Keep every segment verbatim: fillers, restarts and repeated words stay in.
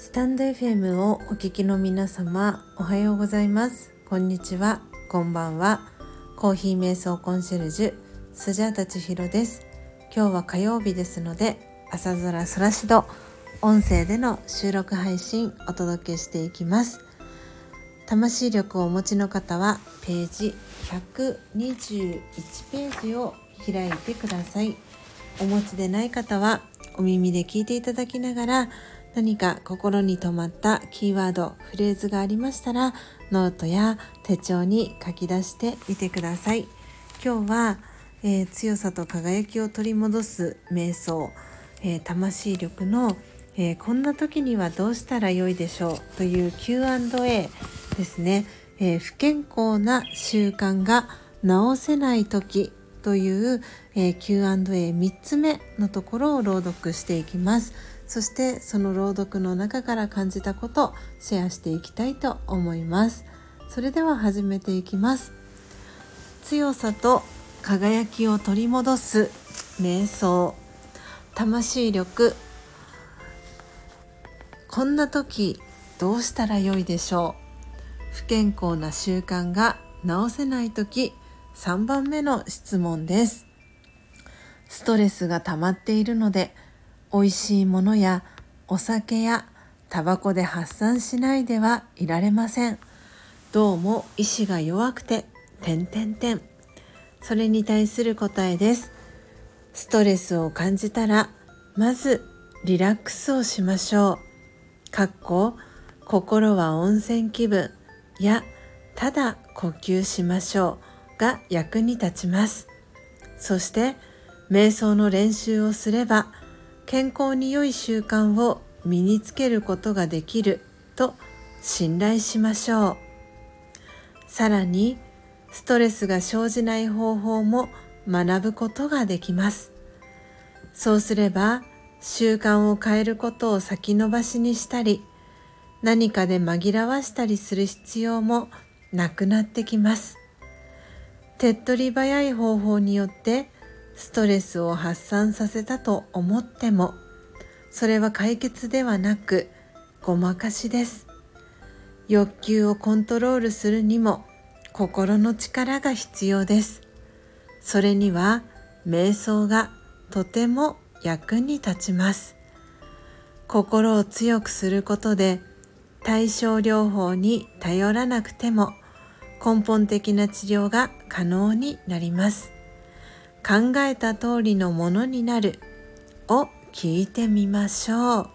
スタンド エフエム をお聞きの皆様、おはようございます。こんにちは、こんばんは。コーヒー瞑想コンシェルジュスジャータ千尋です。今日は火曜日ですので、朝空空しど音声での収録配信お届けしていきます。魂力をお持ちの方はページひゃくにじゅういちページを開いてください。お持ちでない方はお耳で聞いていただきながら、何か心に留まったキーワード、フレーズがありましたら、ノートや手帳に書き出してみてください。今日は、えー、強さと輝きを取り戻す瞑想、えー、魂力の、えー、こんな時にはどうしたらよいでしょうという キューアンドエー ですね。えー、不健康な習慣が治せない時という、えー、キューアンドエーみっつめのところを朗読していきます。そしてその朗読の中から感じたことをシェアしていきたいと思います。それでは始めていきます。強さと輝きを取り戻す瞑想、魂力。こんな時どうしたらよいでしょう。不健康な習慣が治せない時、さんばんめの質問です。ストレスが溜まっているので、美味しいものやお酒やタバコで発散しないではいられません。どうも意志が弱くて、点々点。それに対する答えです。ストレスを感じたら、まずリラックスをしましょう。かっこ、心は温泉気分やただ呼吸しましょうが役に立ちます。そして瞑想の練習をすれば、健康に良い習慣を身につけることができると信頼しましょう。さらにストレスが生じない方法も学ぶことができます。そうすれば習慣を変えることを先延ばしにしたり、何かで紛らわしたりする必要もなくなってきます。手っ取り早い方法によってストレスを発散させたと思っても、それは解決ではなくごまかしです。欲求をコントロールするにも心の力が必要です。それには瞑想がとても役に立ちます。心を強くすることで、対症療法に頼らなくても根本的な治療が可能になります。考えた通りのものになるを聞いてみましょう。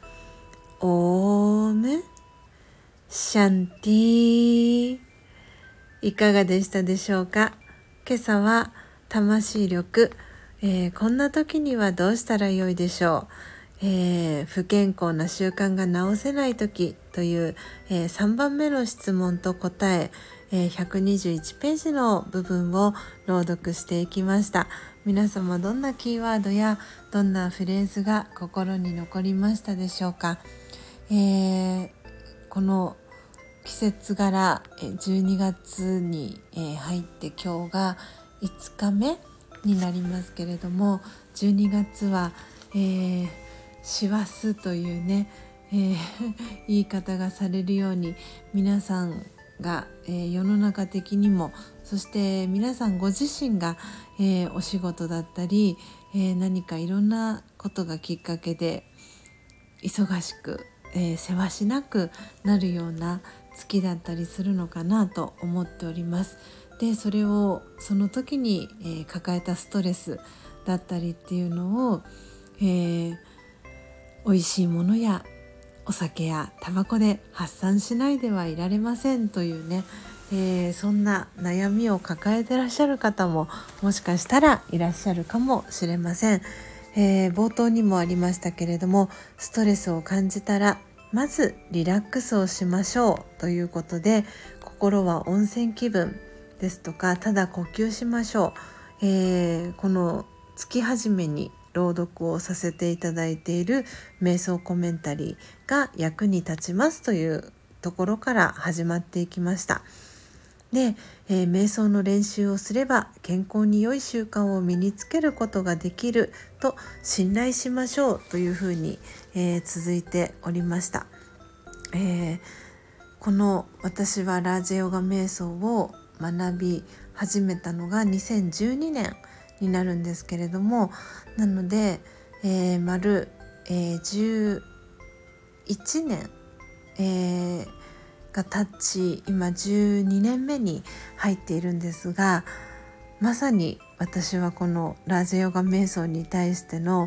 オームシャンティ。いかがでしたでしょうか。今朝は魂力、えー、こんな時にはどうしたらよいでしょう。えー、不健康な習慣が治せない時という、えー、さんばんめの質問と答え、えー、ひゃくにじゅういちページの部分を朗読していきました。皆様どんなキーワードやどんなフレーズが心に残りましたでしょうか。えー、この季節柄じゅうにがつに入って今日がいつかめになりますけれども、じゅうにがつは、えー師走というね、えー、言い方がされるように、皆さんが、えー、世の中的にも、そして皆さんご自身が、えー、お仕事だったり、えー、何かいろんなことがきっかけで忙しく、えー、せわしなくなるような月だったりするのかなと思っております。で、それをその時に、えー、抱えたストレスだったりっていうのを、えー美味しいものやお酒やタバコで発散しないではいられませんというね、えー、そんな悩みを抱えてらっしゃる方ももしかしたらいらっしゃるかもしれません。えー、冒頭にもありましたけれども、ストレスを感じたらまずリラックスをしましょうということで、心は温泉気分ですとか、ただ呼吸しましょう、えー、この月始めに朗読をさせていただいている瞑想コメンタリーが役に立ちますというところから始まっていきました。 で、えー、瞑想の練習をすれば健康に良い習慣を身につけることができると信頼しましょうというふうに、えー、続いておりました。えー、この私はラージェヨガ瞑想を学び始めたのがにせんじゅうにねんになるんですけれども、なので、えー、丸、えー、じゅういちねん、えー、が経ち今じゅうにねんめに入っているんですが、まさに私はこのラージェヨガ瞑想に対しての、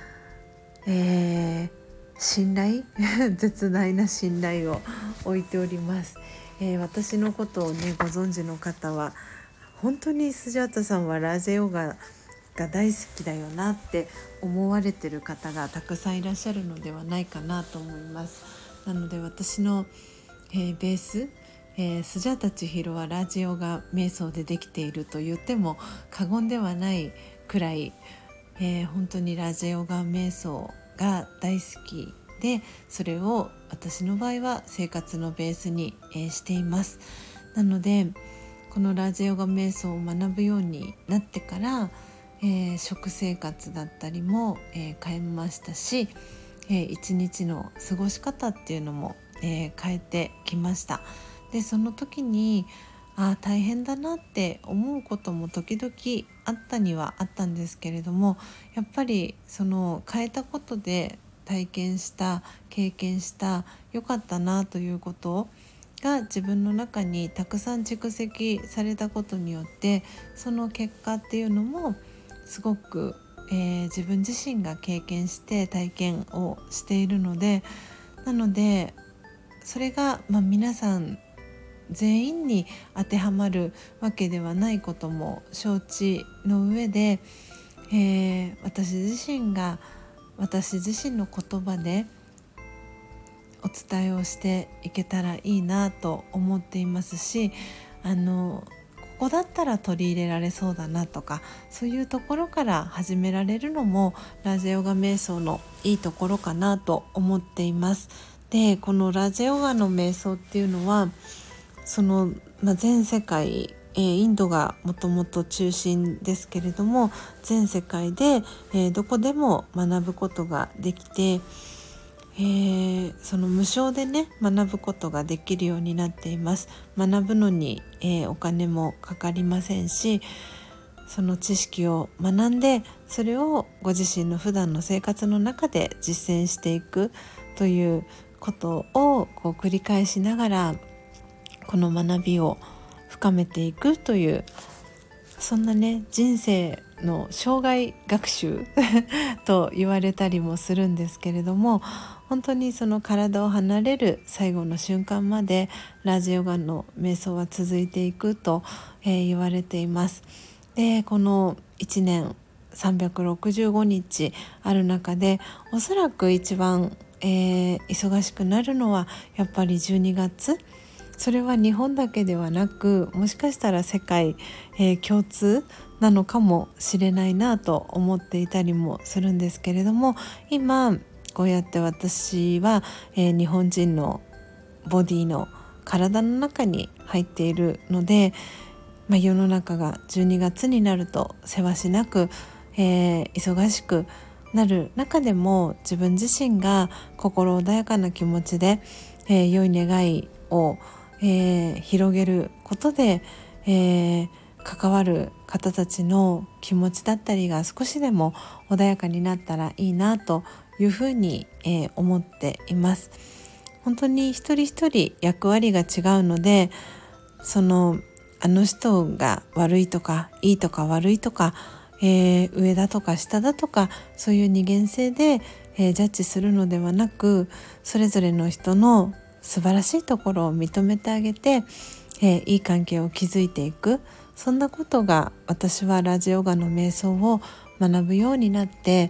えー、信頼絶大な信頼を置いております。えー、私のことをねご存知の方は本当にスジャータさんはラージェヨガが大好きだよなって思われてる方がたくさんいらっしゃるのではないかなと思います。なので私の、えー、ベース、えー、スジャータ千尋はラージェヨガ瞑想でできていると言っても過言ではないくらい、えー、本当にラージェヨガ瞑想が大好きで、それを私の場合は生活のベースに、えー、しています。なのでこのラージェヨガ瞑想を学ぶようになってから、えー、食生活だったりも、えー、変えましたし、えー、一日の過ごし方っていうのも、えー、変えてきました。でその時にあ大変だなって思うことも時々あったにはあったんですけれども、やっぱりその変えたことで体験した経験した良かったなということが自分の中にたくさん蓄積されたことによって、その結果っていうのもすごく、えー、自分自身が経験して体験をしているので、なのでそれが、まあ、皆さん全員に当てはまるわけではないことも承知の上で、えー、私自身が私自身の言葉でお伝えをしていけたらいいなと思っていますし、あのここだったら取り入れられそうだなとか、そういうところから始められるのもラージェヨガ瞑想のいいところかなと思っています。でこのラージェヨガの瞑想っていうのはその、まあ、全世界、えー、インドがもともと中心ですけれども、全世界で、えー、どこでも学ぶことができて、えー、その無償でね学ぶことができるようになっています。学ぶのに、えー、お金もかかりませんし、その知識を学んでそれをご自身の普段の生活の中で実践していくということをこう繰り返しながらこの学びを深めていくという、そんなね人生の生涯学習と言われたりもするんですけれども、本当にその体を離れる最後の瞬間までラージヨガの瞑想は続いていくと、えー、言われています。でこのいちねんさんびゃくろくじゅうごにちある中でおそらく一番、えー、忙しくなるのはやっぱりじゅうにがつ。それは日本だけではなく、もしかしたら世界、えー、共通なのかもしれないなと思っていたりもするんですけれども、今こうやって私は、えー、日本人のボディの体の中に入っているので、まあ、世の中がじゅうにがつになるとせわしなく、えー、忙しくなる中でも自分自身が心穏やかな気持ちで、えー、良い願いをえー、広げることで、えー、関わる方たちの気持ちだったりが少しでも穏やかになったらいいなというふうに、えー、思っています。本当に一人一人役割が違うので、そのあの人が悪いとかいいとか悪いとか、えー、上だとか下だとかそういう二元性で、えー、ジャッジするのではなく、それぞれの人の素晴らしいところを認めてあげて、えー、いい関係を築いていく、そんなことが私はラージヨガの瞑想を学ぶようになって、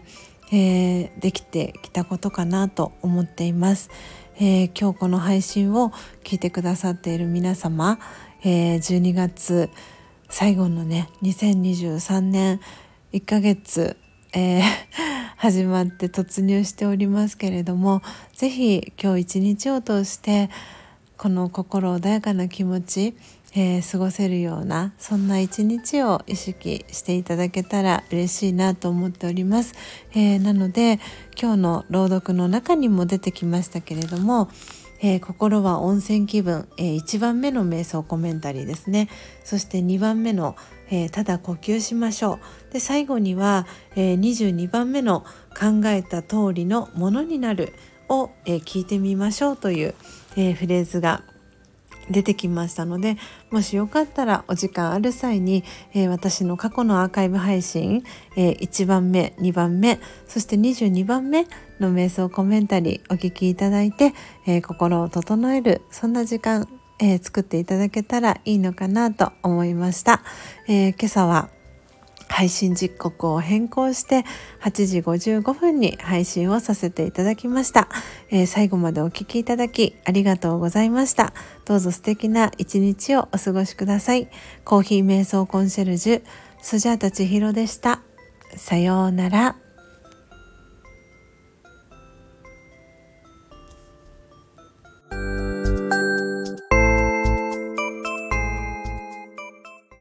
えー、できてきたことかなと思っています。えー、今日この配信を聞いてくださっている皆様、えー、じゅうにがつ最後のねにせんにじゅうさんねんいっかげつ、えー、始まって突入しておりますけれども、ぜひ今日一日を通してこの心穏やかな気持ち、 えー過ごせるようなそんな一日を意識していただけたら嬉しいなと思っております。えーなので今日の朗読の中にも出てきましたけれども、えー心は温泉気分、えーいちばんめの瞑想コメンタリーですね。そしてにばんめの、えーただ呼吸しましょう。で最後には、えーにじゅうにばんめの考えた通りのものになるを、えー聞いてみましょうという、えーフレーズが出てきましたので、もしよかったらお時間ある際に、えー私の過去のアーカイブ配信、えーいちばんめにばんめそしてにじゅうにばんめの瞑想コメンタリーお聞きいただいて、えー心を整えるそんな時間、えー作っていただけたらいいのかなと思いました。えー今朝は配信時刻を変更してはちじごじゅうごふんに配信をさせていただきました。えー最後までお聞きいただきありがとうございました。どうぞ素敵な一日をお過ごしください。コーヒー瞑想コンシェルジュスジャータ千尋でした。さようなら。